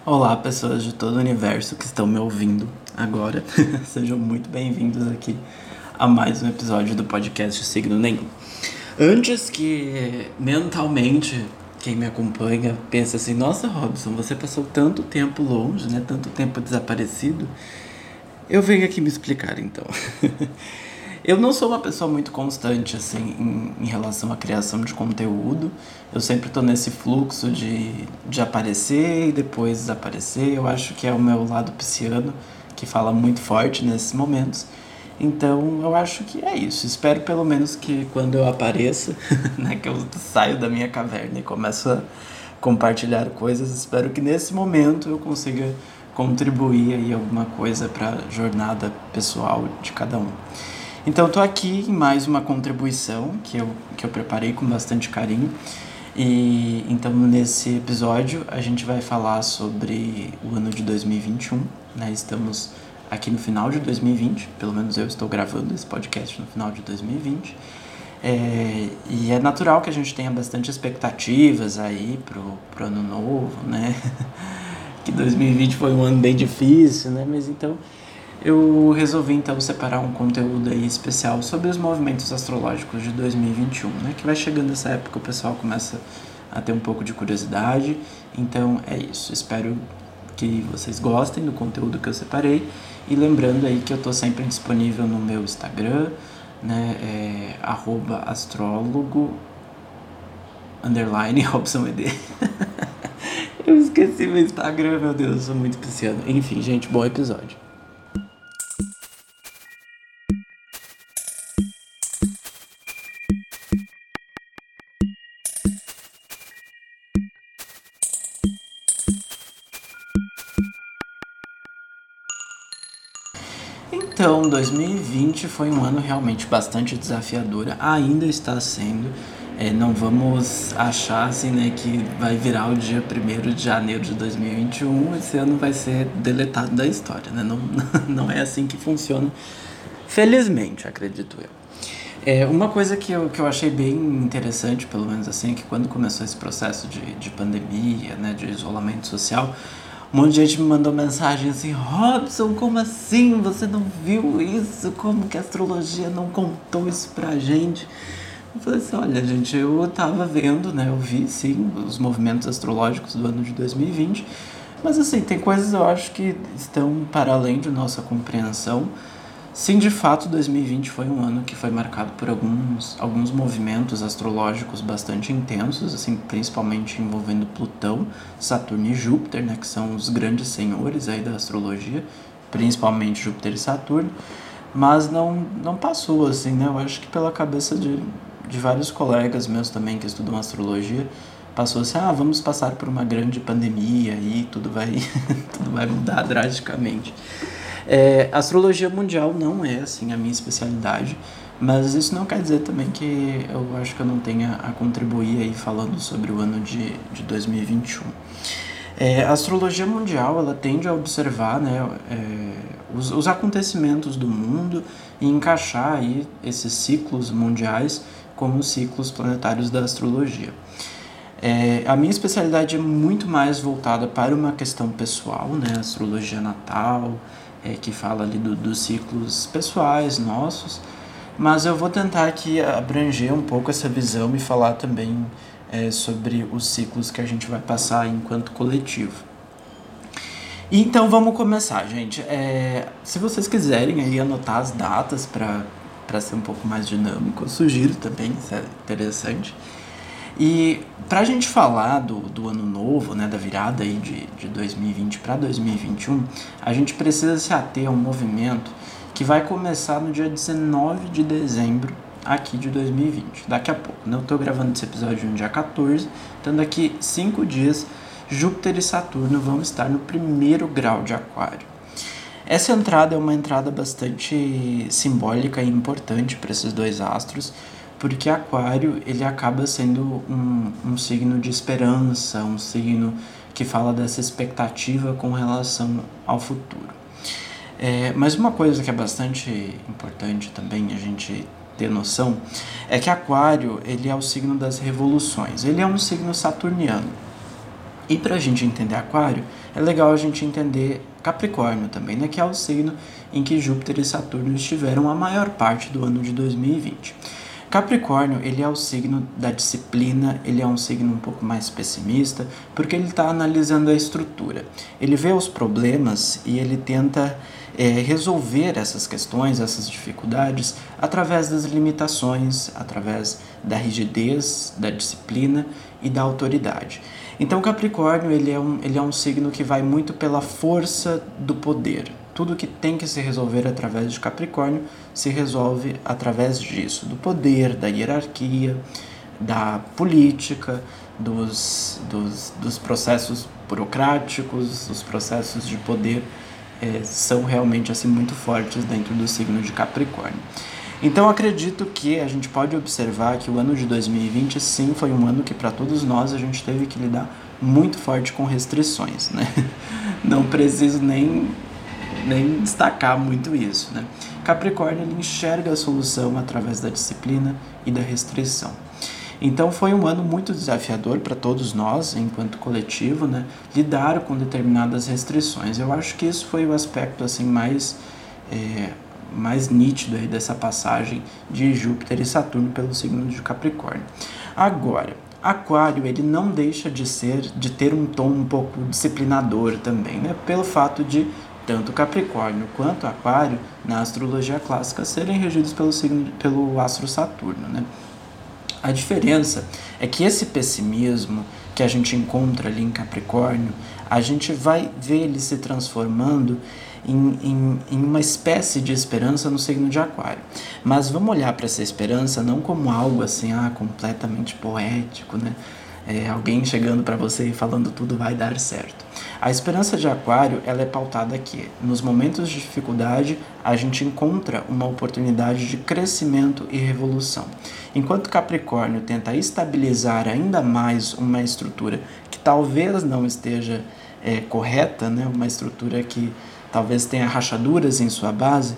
Olá, pessoas de todo o universo que estão me ouvindo agora. Sejam muito bem-vindos aqui a mais um episódio do podcast Signo Nenhum. Antes que mentalmente quem me acompanha pense assim, nossa, Robson, você passou tanto tempo longe, né? Tanto tempo desaparecido. Eu venho aqui me explicar então. Eu não sou uma pessoa muito constante, assim, em relação à criação de conteúdo. Eu sempre tô nesse fluxo de aparecer e depois desaparecer. Eu acho que é o meu lado pisciano que fala muito forte nesses momentos. Então, eu acho que é isso. Espero pelo menos que quando eu apareça, né, que eu saio da minha caverna e começo a compartilhar coisas, espero que nesse momento eu consiga contribuir aí alguma coisa para a jornada pessoal de cada um. Então, estou aqui em mais uma contribuição que eu preparei com bastante carinho. E então, nesse episódio, a gente vai falar sobre o ano de 2021. Né? Estamos aqui no final de 2020, pelo menos eu estou gravando esse podcast no final de 2020. E é natural que a gente tenha bastante expectativas aí pro ano novo, né? Que 2020 foi um ano bem difícil, né? Mas então eu resolvi então separar um conteúdo aí especial sobre os movimentos astrológicos de 2021, né? Que vai chegando essa época, o pessoal começa a ter um pouco de curiosidade. Então é isso, espero que vocês gostem do conteúdo que eu separei. E lembrando aí que eu tô sempre disponível no meu Instagram, né? @astrólogo_Robson ED. Eu esqueci meu Instagram, meu Deus, eu sou muito pisciano. Enfim, gente, bom episódio. Então, 2020 foi um ano realmente bastante desafiador, ainda está sendo. Não vamos achar assim, né, que vai virar o dia 1º de janeiro de 2021, esse ano vai ser deletado da história, né? Não, não é assim que funciona, felizmente, acredito eu. Uma coisa que eu achei bem interessante, pelo menos assim, é que quando começou esse processo de pandemia, né, de isolamento social, um monte de gente me mandou mensagem assim, Robson, como assim? Você não viu isso? Como que a astrologia não contou isso pra gente? Eu falei assim, olha gente, eu tava vendo, né, eu vi sim os movimentos astrológicos do ano de 2020, mas assim, tem coisas eu acho que estão para além de nossa compreensão. Sim, de fato, 2020 foi um ano que foi marcado por alguns movimentos astrológicos bastante intensos, assim, principalmente envolvendo Plutão, Saturno e Júpiter, né, que são os grandes senhores aí da astrologia, principalmente Júpiter e Saturno, mas não passou, assim, né, eu acho que pela cabeça de vários colegas meus também que estudam astrologia, passou assim, vamos passar por uma grande pandemia e tudo vai, tudo vai mudar drasticamente. A astrologia mundial não é assim a minha especialidade, mas isso não quer dizer também que eu acho que eu não tenha a contribuir aí falando sobre o ano de 2021. A astrologia mundial ela tende a observar, né, os acontecimentos do mundo e encaixar aí esses ciclos mundiais como os ciclos planetários da astrologia. A minha especialidade é muito mais voltada para uma questão pessoal, né, astrologia natal, que fala ali dos ciclos pessoais nossos, mas eu vou tentar aqui abranger um pouco essa visão e falar também sobre os ciclos que a gente vai passar enquanto coletivo. Então vamos começar, gente. Se vocês quiserem aí anotar as datas para ser um pouco mais dinâmico, eu sugiro também, isso é interessante. E para a gente falar do ano novo, né, da virada aí de 2020 para 2021, a gente precisa se ater a um movimento que vai começar no dia 19 de dezembro aqui de 2020, daqui a pouco. Eu estou gravando esse episódio no dia 14, então daqui 5 dias, Júpiter e Saturno vão estar no 1º grau de Aquário. Essa entrada é uma entrada bastante simbólica e importante para esses dois astros, porque Aquário ele acaba sendo um signo de esperança, um signo que fala dessa expectativa com relação ao futuro. Mas uma coisa que é bastante importante também a gente ter noção é que Aquário ele é o signo das revoluções, ele é um signo saturniano. E para a gente entender Aquário, é legal a gente entender Capricórnio também, né? Que é o signo em que Júpiter e Saturno estiveram a maior parte do ano de 2020. Capricórnio, ele é o signo da disciplina, ele é um signo um pouco mais pessimista, porque ele está analisando a estrutura. Ele vê os problemas e ele tenta resolver essas questões, essas dificuldades, através das limitações, através da rigidez, da disciplina e da autoridade. Então, Capricórnio, ele é um signo que vai muito pela força do poder. Tudo que tem que se resolver através de Capricórnio se resolve através disso, do poder, da hierarquia, da política, dos processos burocráticos, os processos de poder são realmente assim muito fortes dentro do signo de Capricórnio. Então acredito que a gente pode observar que o ano de 2020 sim foi um ano que para todos nós a gente teve que lidar muito forte com restrições, né? Não preciso nem destacar muito isso, né? Capricórnio, ele enxerga a solução através da disciplina e da restrição. Então foi um ano muito desafiador para todos nós, enquanto coletivo, né? Lidar com determinadas restrições. Eu acho que isso foi o aspecto assim mais nítido aí dessa passagem de Júpiter e Saturno pelo signo de Capricórnio. Agora, Aquário, ele não deixa de ter um tom um pouco disciplinador também, né? Pelo fato de tanto Capricórnio quanto Aquário, na astrologia clássica, serem regidos pelo astro Saturno, né? A diferença é que esse pessimismo que a gente encontra ali em Capricórnio, a gente vai ver ele se transformando em uma espécie de esperança no signo de Aquário. Mas vamos olhar para essa esperança não como algo assim, completamente poético, né? Alguém chegando para você e falando tudo vai dar certo. A esperança de Aquário, ela é pautada aqui. Nos momentos de dificuldade, a gente encontra uma oportunidade de crescimento e revolução. Enquanto Capricórnio tenta estabilizar ainda mais uma estrutura que talvez não esteja correta, né? Uma estrutura que talvez tenha rachaduras em sua base,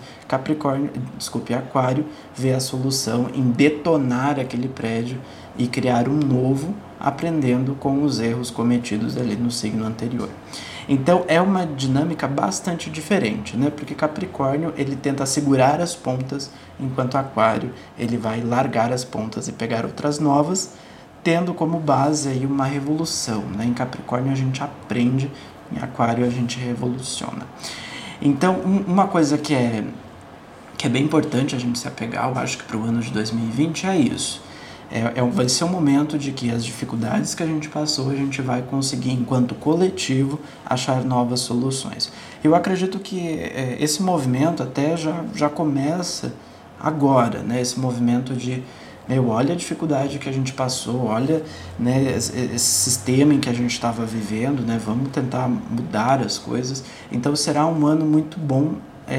Aquário vê a solução em detonar aquele prédio e criar um novo, aprendendo com os erros cometidos ali no signo anterior. Então é uma dinâmica bastante diferente, né? Porque Capricórnio, ele tenta segurar as pontas, enquanto Aquário, ele vai largar as pontas e pegar outras novas, tendo como base aí uma revolução, né? Em Capricórnio a gente aprende, em Aquário a gente revoluciona. Então, uma coisa que é bem importante a gente se apegar, eu acho que para o ano de 2020 é isso. Vai ser um momento de que as dificuldades que a gente passou, a gente vai conseguir, enquanto coletivo, achar novas soluções. Eu acredito que esse movimento até já começa agora, né? Esse movimento de olha a dificuldade que a gente passou, olha, né, esse sistema em que a gente estava vivendo, né, vamos tentar mudar as coisas. Então será um ano muito bom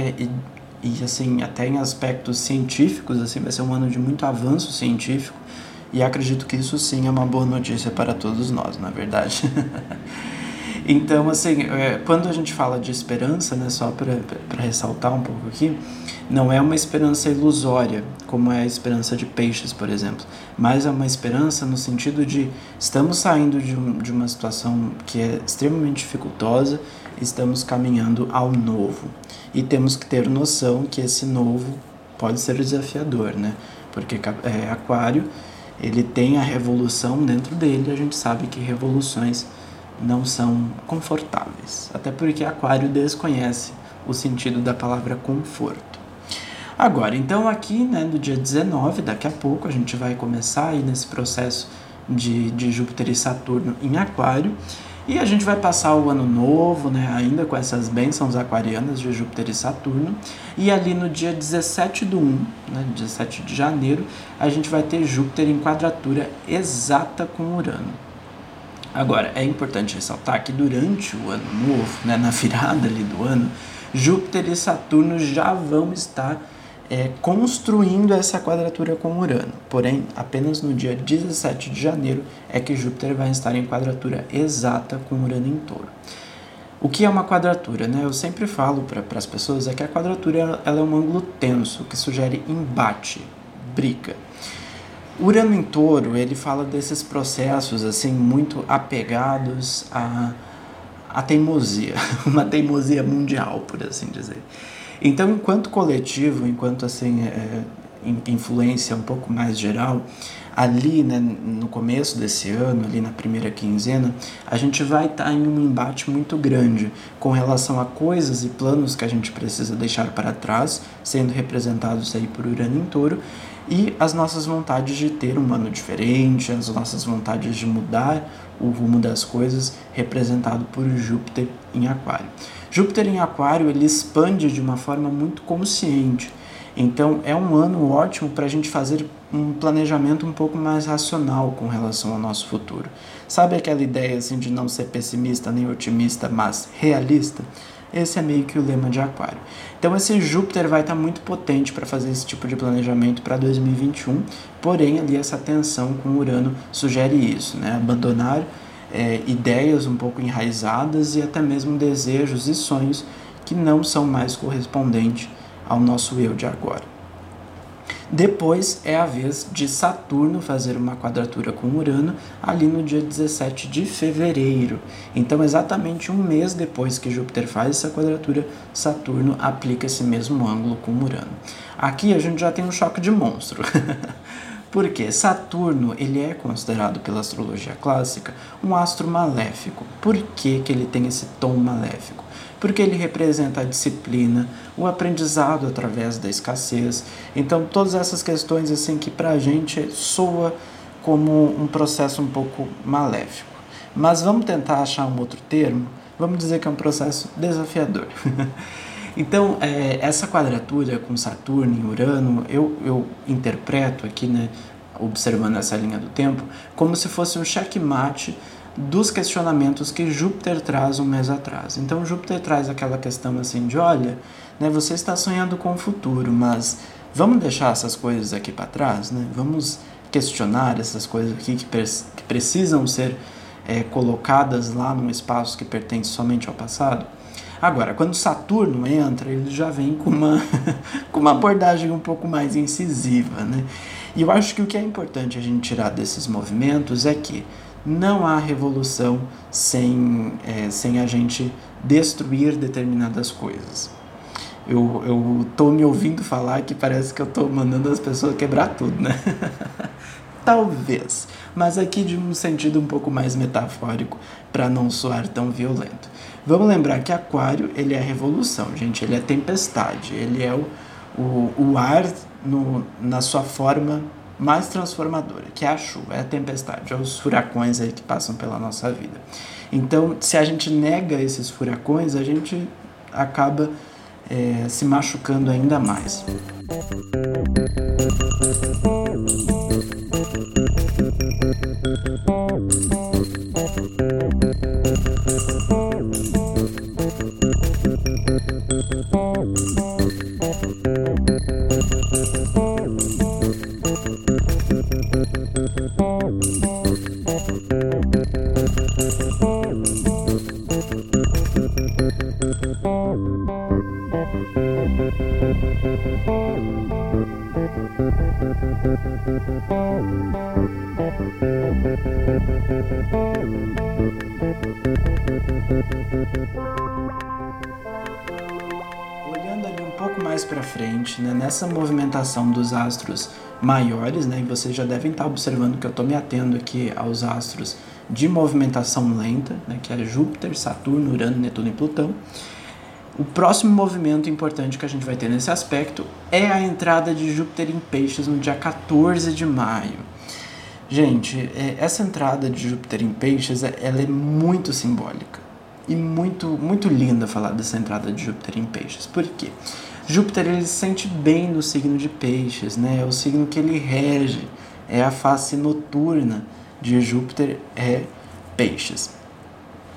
e assim, até em aspectos científicos, assim, vai ser um ano de muito avanço científico e acredito que isso sim é uma boa notícia para todos nós, na verdade. Então, assim, quando a gente fala de esperança, né, só para ressaltar um pouco aqui, não é uma esperança ilusória, como é a esperança de Peixes, por exemplo, mas é uma esperança no sentido de estamos saindo de uma situação que é extremamente dificultosa, estamos caminhando ao novo. E temos que ter noção que esse novo pode ser desafiador, né? Porque Aquário, ele tem a revolução dentro dele, a gente sabe que revoluções não são confortáveis, até porque Aquário desconhece o sentido da palavra conforto. Agora, então aqui, né, no dia 19, daqui a pouco, a gente vai começar aí nesse processo de Júpiter e Saturno em Aquário, e a gente vai passar o ano novo, né, ainda com essas bênçãos aquarianas de Júpiter e Saturno, e ali no dia 17/1, né, 17 de janeiro, a gente vai ter Júpiter em quadratura exata com Urano. Agora, é importante ressaltar que durante o ano novo, né, na virada ali do ano, Júpiter e Saturno já vão estar construindo essa quadratura com Urano. Porém, apenas no dia 17 de janeiro é que Júpiter vai estar em quadratura exata com Urano em Touro. O que é uma quadratura, né? Eu sempre falo para as pessoas que a quadratura ela é um ângulo tenso, que sugere embate, briga. Urano em Touro, ele fala desses processos assim muito apegados à teimosia, uma teimosia mundial, por assim dizer. Então, enquanto coletivo, enquanto assim influência um pouco mais geral, ali, né, no começo desse ano, ali na primeira quinzena, a gente vai estar em um embate muito grande com relação a coisas e planos que a gente precisa deixar para trás, sendo representados aí por Urano em Touro, e as nossas vontades de ter um ano diferente, as nossas vontades de mudar o rumo das coisas, representado por Júpiter em Aquário. Júpiter em Aquário, ele expande de uma forma muito consciente. Então, é um ano ótimo para a gente fazer um planejamento um pouco mais racional com relação ao nosso futuro. Sabe aquela ideia assim, de não ser pessimista nem otimista, mas realista? Esse é meio que o lema de Aquário. Então, esse Júpiter vai estar muito potente para fazer esse tipo de planejamento para 2021, porém, ali essa tensão com Urano sugere isso, né? Abandonar ideias um pouco enraizadas e até mesmo desejos e sonhos que não são mais correspondentes ao nosso eu de agora. Depois é a vez de Saturno fazer uma quadratura com Urano ali no dia 17 de fevereiro. Então, exatamente um mês depois que Júpiter faz essa quadratura, Saturno aplica esse mesmo ângulo com Urano. Aqui a gente já tem um choque de monstro. Porque Saturno, ele é considerado pela astrologia clássica um astro maléfico. Por que ele tem esse tom maléfico? Porque ele representa a disciplina, o aprendizado através da escassez. Então, todas essas questões assim que pra gente soa como um processo um pouco maléfico. Mas vamos tentar achar um outro termo? Vamos dizer que é um processo desafiador. Então, essa quadratura com Saturno e Urano, eu interpreto aqui, né, observando essa linha do tempo, como se fosse um checkmate dos questionamentos que Júpiter traz um mês atrás. Então, Júpiter traz aquela questão assim de, olha, né, você está sonhando com o futuro, mas vamos deixar essas coisas aqui para trás, né? Vamos questionar essas coisas aqui que precisam ser colocadas lá num espaço que pertence somente ao passado. Agora, quando Saturno entra, ele já vem com uma abordagem um pouco mais incisiva, né? E eu acho que o que é importante a gente tirar desses movimentos é que não há revolução sem a gente destruir determinadas coisas. Eu tô me ouvindo falar que parece que eu tô mandando as pessoas quebrar tudo, né? Talvez, mas aqui de um sentido um pouco mais metafórico, para não soar tão violento. Vamos lembrar que Aquário, ele é revolução, gente, ele é tempestade, ele é o ar na sua forma mais transformadora, que é a chuva, é a tempestade, é os furacões aí que passam pela nossa vida. Então, se a gente nega esses furacões, a gente acaba se machucando ainda mais. Olhando ali um pouco mais para frente, né, nessa movimentação dos astros maiores, né, e vocês já devem estar observando que eu estou me atendo aqui aos astros de movimentação lenta, né, que é Júpiter, Saturno, Urano, Netuno e Plutão. O próximo movimento importante que a gente vai ter nesse aspecto é a entrada de Júpiter em Peixes no dia 14 de maio. Gente, essa entrada de Júpiter em Peixes, ela é muito simbólica e muito, muito linda falar dessa entrada de Júpiter em Peixes. Por quê? Júpiter, ele se sente bem no signo de Peixes, né? É o signo que ele rege, é a face noturna de Júpiter, é Peixes.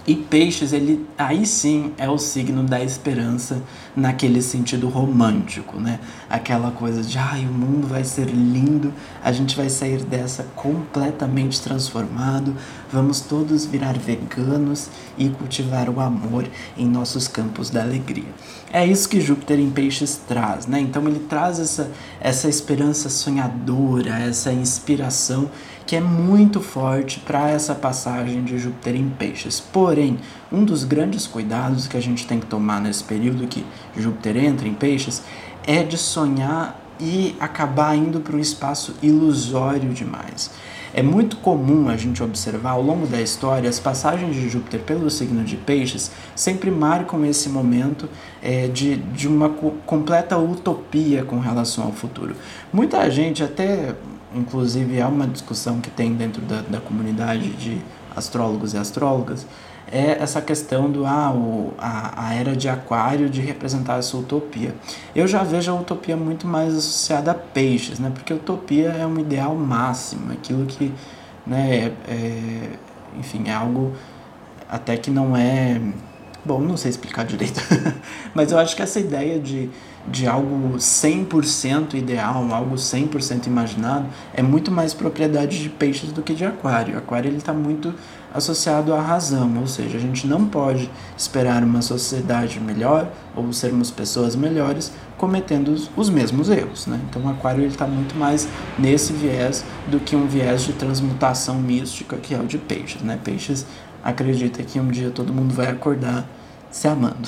E Peixes, ele aí sim é o signo da esperança naquele sentido romântico, né? Aquela coisa de, o mundo vai ser lindo, a gente vai sair dessa completamente transformado, vamos todos virar veganos e cultivar o amor em nossos campos da alegria. É isso que Júpiter em Peixes traz, né? Então ele traz essa esperança sonhadora, essa inspiração que é muito forte para essa passagem de Júpiter em Peixes. Porém, um dos grandes cuidados que a gente tem que tomar nesse período que Júpiter entra em Peixes é de sonhar e acabar indo para um espaço ilusório demais. É muito comum a gente observar ao longo da história as passagens de Júpiter pelo signo de Peixes sempre marcam esse momento de uma completa utopia com relação ao futuro. Muita gente até... Inclusive, há uma discussão que tem dentro da comunidade de astrólogos e astrólogas, é essa questão do a era de Aquário de representar essa utopia. Eu já vejo a utopia muito mais associada a Peixes, né? Porque a utopia é um ideal máximo, aquilo que, né, enfim, é algo até que não é... Bom, não sei explicar direito, mas eu acho que essa ideia de algo 100% ideal, algo 100% imaginado, é muito mais propriedade de Peixes do que de Aquário. Aquário ele está muito associado à razão, ou seja, a gente não pode esperar uma sociedade melhor ou sermos pessoas melhores cometendo os mesmos erros, né? Então o Aquário está muito mais nesse viés do que um viés de transmutação mística que é o de Peixes, né? Peixes acredita que um dia todo mundo vai acordar se amando.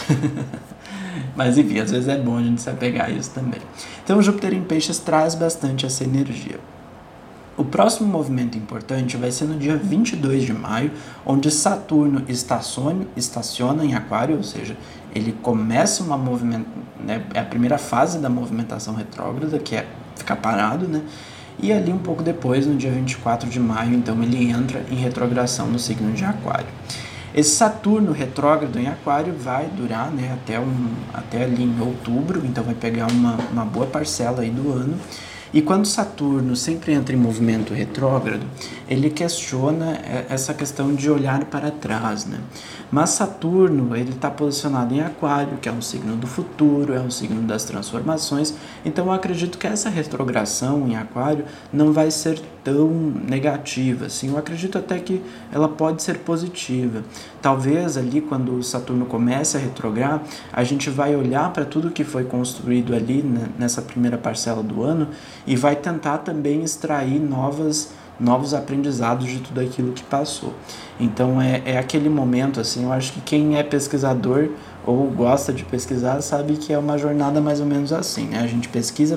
Mas enfim, às vezes é bom a gente se apegar a isso também. Então Júpiter em Peixes traz bastante essa energia. O próximo movimento importante vai ser no dia 22 de maio, onde Saturno estaciona em Aquário, ou seja, ele começa uma movimentação, né, é a primeira fase da movimentação retrógrada, que é ficar parado, né? E ali um pouco depois, no dia 24 de maio, então ele entra em retrogradação no signo de Aquário. Esse Saturno retrógrado em Aquário vai durar, né, até ali em outubro, então vai pegar uma boa parcela aí do ano. E quando Saturno sempre entra em movimento retrógrado, ele questiona essa questão de olhar para trás, né? Mas Saturno, ele está posicionado em Aquário, que é um signo do futuro, é um signo das transformações, então eu acredito que essa retrogradação em Aquário não vai ser tão negativa, assim, eu acredito até que ela pode ser positiva. Talvez ali, quando o Saturno comece a retrograr, a gente vai olhar para tudo que foi construído ali, né, nessa primeira parcela do ano, e vai tentar também extrair novos aprendizados de tudo aquilo que passou. Então é aquele momento, assim, eu acho que quem é pesquisador ou gosta de pesquisar sabe que é uma jornada mais ou menos assim, né? A gente pesquisa,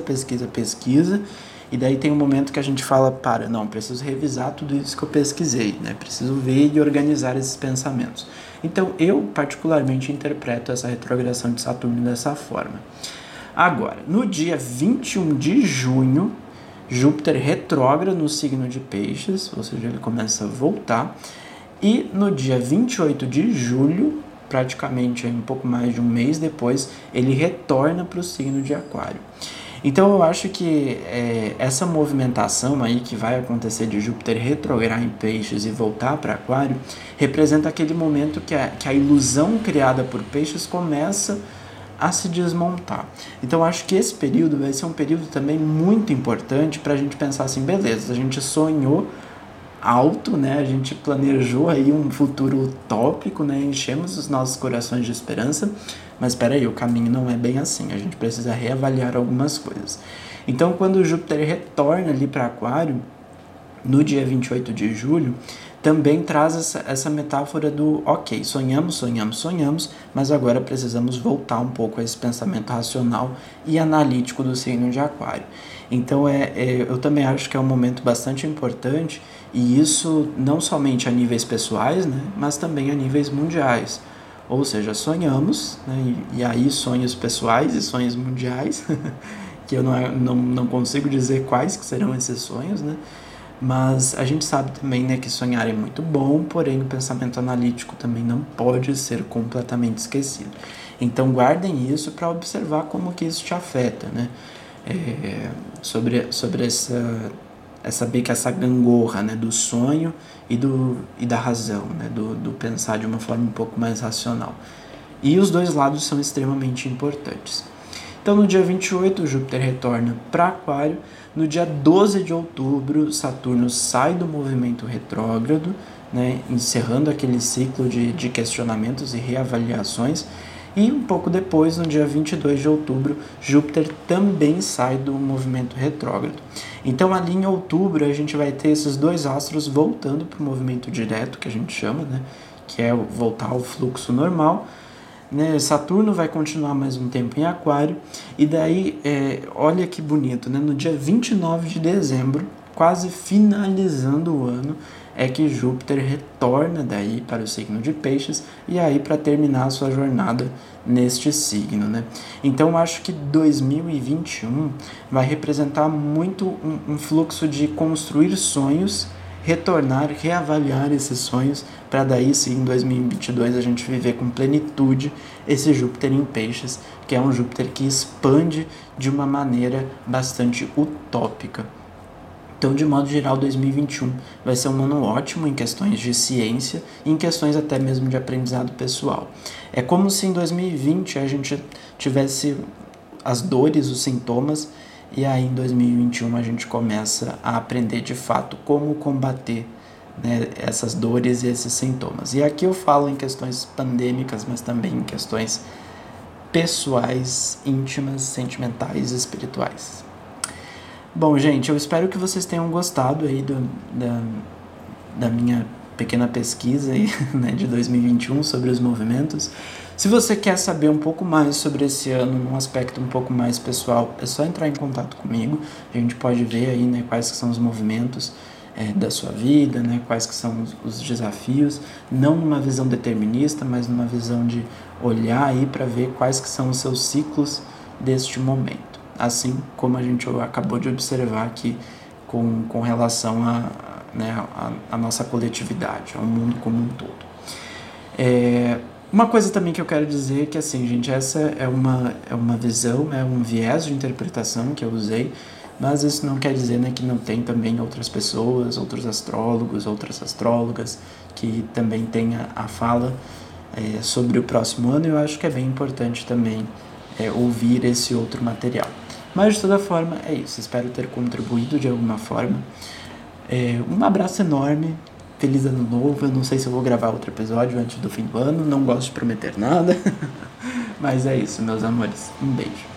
e daí tem um momento que a gente fala, preciso revisar tudo isso que eu pesquisei, né? Preciso ver e organizar esses pensamentos. Então eu particularmente interpreto essa retrogradação de Saturno dessa forma. Agora, no dia 21 de junho, Júpiter retrógrada no signo de Peixes, ou seja, ele começa a voltar. E no dia 28 de julho, praticamente um pouco mais de um mês depois, ele retorna para o signo de Aquário. Então eu acho que essa movimentação aí que vai acontecer de Júpiter retrogradar em Peixes e voltar para Aquário, representa aquele momento que a ilusão criada por Peixes começa a se desmontar. Então acho que esse período vai ser um período também muito importante para a gente pensar assim, beleza, a gente sonhou alto, né? A gente planejou aí um futuro utópico, né? Enchemos os nossos corações de esperança, mas espera aí, o caminho não é bem assim, a gente precisa reavaliar algumas coisas. Então quando o Júpiter retorna ali para Aquário, no dia 28 de julho, também traz essa metáfora do, ok, sonhamos, mas agora precisamos voltar um pouco a esse pensamento racional e analítico do signo de Aquário. Então eu também acho que é um momento bastante importante, e isso não somente a níveis pessoais, né, mas também a níveis mundiais. Ou seja, sonhamos, né, e aí sonhos pessoais e sonhos mundiais, que eu não consigo dizer quais que serão esses sonhos, né? Mas a gente sabe também, né, que sonhar é muito bom, porém o pensamento analítico também não pode ser completamente esquecido. Então guardem isso para observar como que isso te afeta, né? Sobre é saber que essa gangorra, né, do sonho e da razão, né, do pensar de uma forma um pouco mais racional. E os dois lados são extremamente importantes. Então, no dia 28, Júpiter retorna para Aquário. No dia 12 de outubro, Saturno sai do movimento retrógrado, né, encerrando aquele ciclo de questionamentos e reavaliações. E um pouco depois, no dia 22 de outubro, Júpiter também sai do movimento retrógrado. Então, ali em outubro, a gente vai ter esses dois astros voltando para o movimento direto, que a gente chama, né, que é voltar ao fluxo normal. Né, Saturno vai continuar mais um tempo em Aquário, e daí, olha que bonito, né, no dia 29 de dezembro, quase finalizando o ano, é que Júpiter retorna daí para o signo de Peixes, e aí para terminar a sua jornada neste signo, né? Então eu acho que 2021 vai representar muito um fluxo de construir sonhos, retornar, reavaliar esses sonhos, para daí sim, em 2022, a gente viver com plenitude esse Júpiter em Peixes, que é um Júpiter que expande de uma maneira bastante utópica. Então, de modo geral, 2021 vai ser um ano ótimo em questões de ciência e em questões até mesmo de aprendizado pessoal. É como se em 2020 a gente tivesse as dores, os sintomas, e aí em 2021 a gente começa a aprender de fato como combater, né, essas dores e esses sintomas. E aqui eu falo em questões pandêmicas, mas também em questões pessoais, íntimas, sentimentais e espirituais. Bom, gente, eu espero que vocês tenham gostado aí da minha pequena pesquisa aí, né, de 2021 sobre os movimentos. Se você quer saber um pouco mais sobre esse ano, num aspecto um pouco mais pessoal, é só entrar em contato comigo. A gente pode ver aí, né, quais que são os movimentos da sua vida, né, quais que são os desafios, não numa visão determinista, mas numa visão de olhar aí para ver quais que são os seus ciclos deste momento. Assim como a gente acabou de observar aqui com relação a nossa coletividade, ao mundo como um todo. Uma coisa também que eu quero dizer é que, assim, gente, essa é uma visão, é um viés de interpretação que eu usei, mas isso não quer dizer, né, que não tem também outras pessoas, outros astrólogos, outras astrólogas que também têm a fala sobre o próximo ano, e eu acho que é bem importante também ouvir esse outro material. Mas, de toda forma, é isso. Espero ter contribuído de alguma forma. Um abraço enorme. Feliz ano novo. Eu não sei se eu vou gravar outro episódio antes do fim do ano. Não gosto de prometer nada. Mas é isso, meus amores. Um beijo.